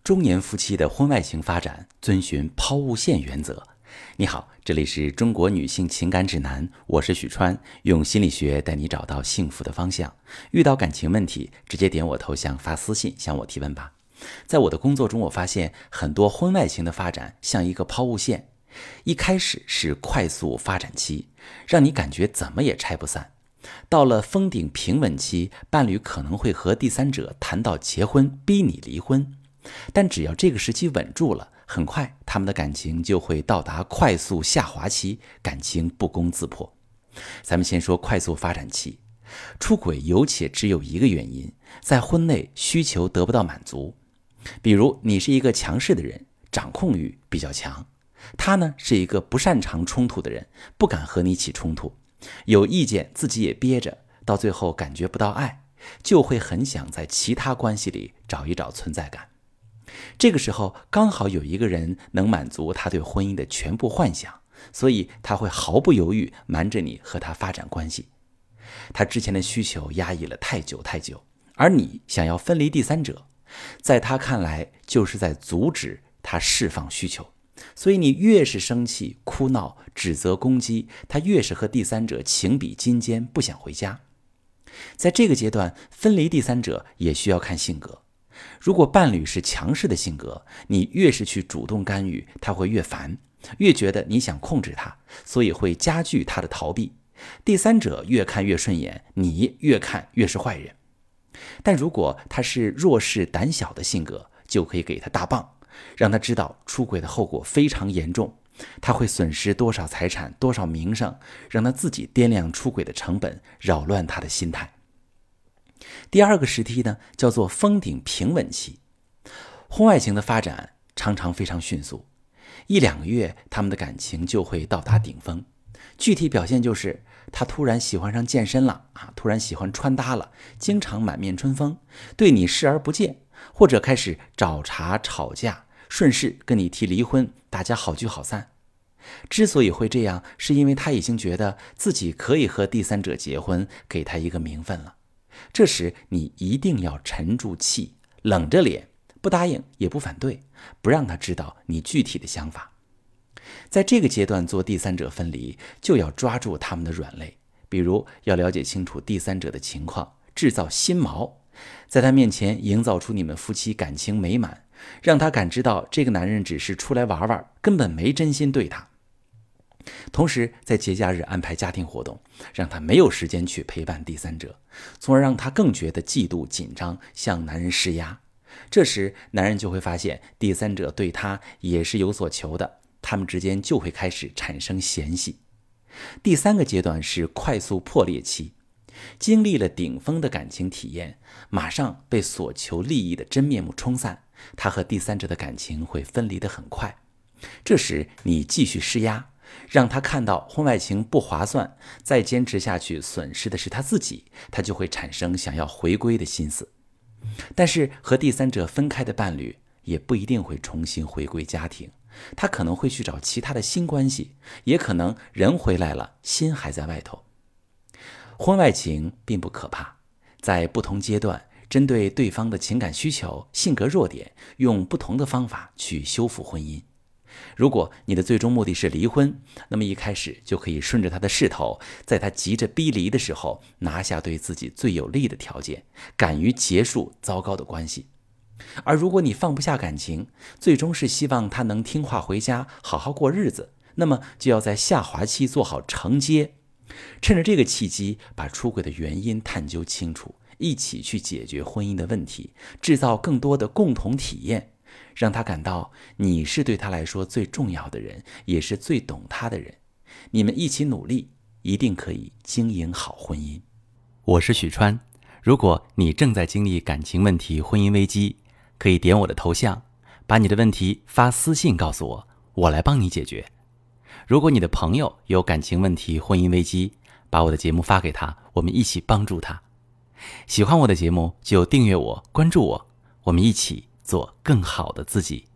中年夫妻的婚外情发展遵循抛物线原则。你好，这里是中国女性情感指南，我是许川，用心理学带你找到幸福的方向。遇到感情问题，直接点我头像发私信向我提问吧。在我的工作中，我发现很多婚外情的发展像一个抛物线，一开始是快速发展期，让你感觉怎么也拆不散。到了峰顶平稳期，伴侣可能会和第三者谈到结婚，逼你离婚。但只要这个时期稳住了，很快他们的感情就会到达快速下滑期，感情不攻自破。咱们先说快速发展期，出轨有且只有一个原因，在婚内需求得不到满足。比如你是一个强势的人，掌控欲比较强，他呢是一个不擅长冲突的人，不敢和你起冲突，有意见自己也憋着，到最后感觉不到爱，就会很想在其他关系里找一找存在感。这个时候刚好有一个人能满足他对婚姻的全部幻想，所以他会毫不犹豫瞒着你和他发展关系。他之前的需求压抑了太久，而你想要分离第三者，在他看来就是在阻止他释放需求，所以你越是生气、哭闹、指责、攻击，他越是和第三者情比金坚，不想回家。在这个阶段，分离第三者也需要看性格。如果伴侣是强势的性格，你越是去主动干预，他会越烦，越觉得你想控制他，所以会加剧他的逃避。第三者越看越顺眼，你越看越是坏人。但如果他是弱势胆小的性格，就可以给他大棒，让他知道出轨的后果非常严重，他会损失多少财产、多少名声，让他自己掂量出轨的成本，扰乱他的心态。第二个时期呢，叫做峰顶平稳期。婚外情的发展常常非常迅速，1-2个月他们的感情就会到达顶峰。具体表现就是他突然喜欢上健身了，突然喜欢穿搭了，经常满面春风，对你视而不见，或者开始找茬吵架，顺势跟你提离婚，大家好聚好散。之所以会这样，是因为他已经觉得自己可以和第三者结婚，给他一个名分了。这时你一定要沉住气，冷着脸，不答应也不反对，不让他知道你具体的想法。在这个阶段做第三者分离，就要抓住他们的软肋，比如要了解清楚第三者的情况，制造心锚，在他面前营造出你们夫妻感情美满，让他感知到这个男人只是出来玩玩，根本没真心对他。同时在节假日安排家庭活动，让他没有时间去陪伴第三者，从而让他更觉得嫉妒紧张，向男人施压。这时男人就会发现第三者对他也是有所求的，他们之间就会开始产生嫌隙。第三个阶段是快速破裂期，经历了顶峰的感情体验，马上被所求利益的真面目冲散，他和第三者的感情会分离得很快。这时你继续施压，让他看到婚外情不划算，再坚持下去损失的是他自己，他就会产生想要回归的心思。但是和第三者分开的伴侣也不一定会重新回归家庭，他可能会去找其他的新关系，也可能人回来了，心还在外头。婚外情并不可怕，在不同阶段针对对方的情感需求、性格弱点，用不同的方法去修复婚姻。如果你的最终目的是离婚，那么一开始就可以顺着他的势头，在他急着逼离的时候，拿下对自己最有利的条件，敢于结束糟糕的关系。而如果你放不下感情，最终是希望他能听话回家，好好过日子，那么就要在下滑期做好承接，趁着这个契机，把出轨的原因探究清楚，一起去解决婚姻的问题，制造更多的共同体验，让他感到你是对他来说最重要的人，也是最懂他的人。你们一起努力，一定可以经营好婚姻。我是许川，如果你正在经历感情问题、婚姻危机，可以点我的头像，把你的问题发私信告诉我，我来帮你解决。如果你的朋友有感情问题、婚姻危机，把我的节目发给他，我们一起帮助他。喜欢我的节目就订阅我、关注我，我们一起做更好的自己。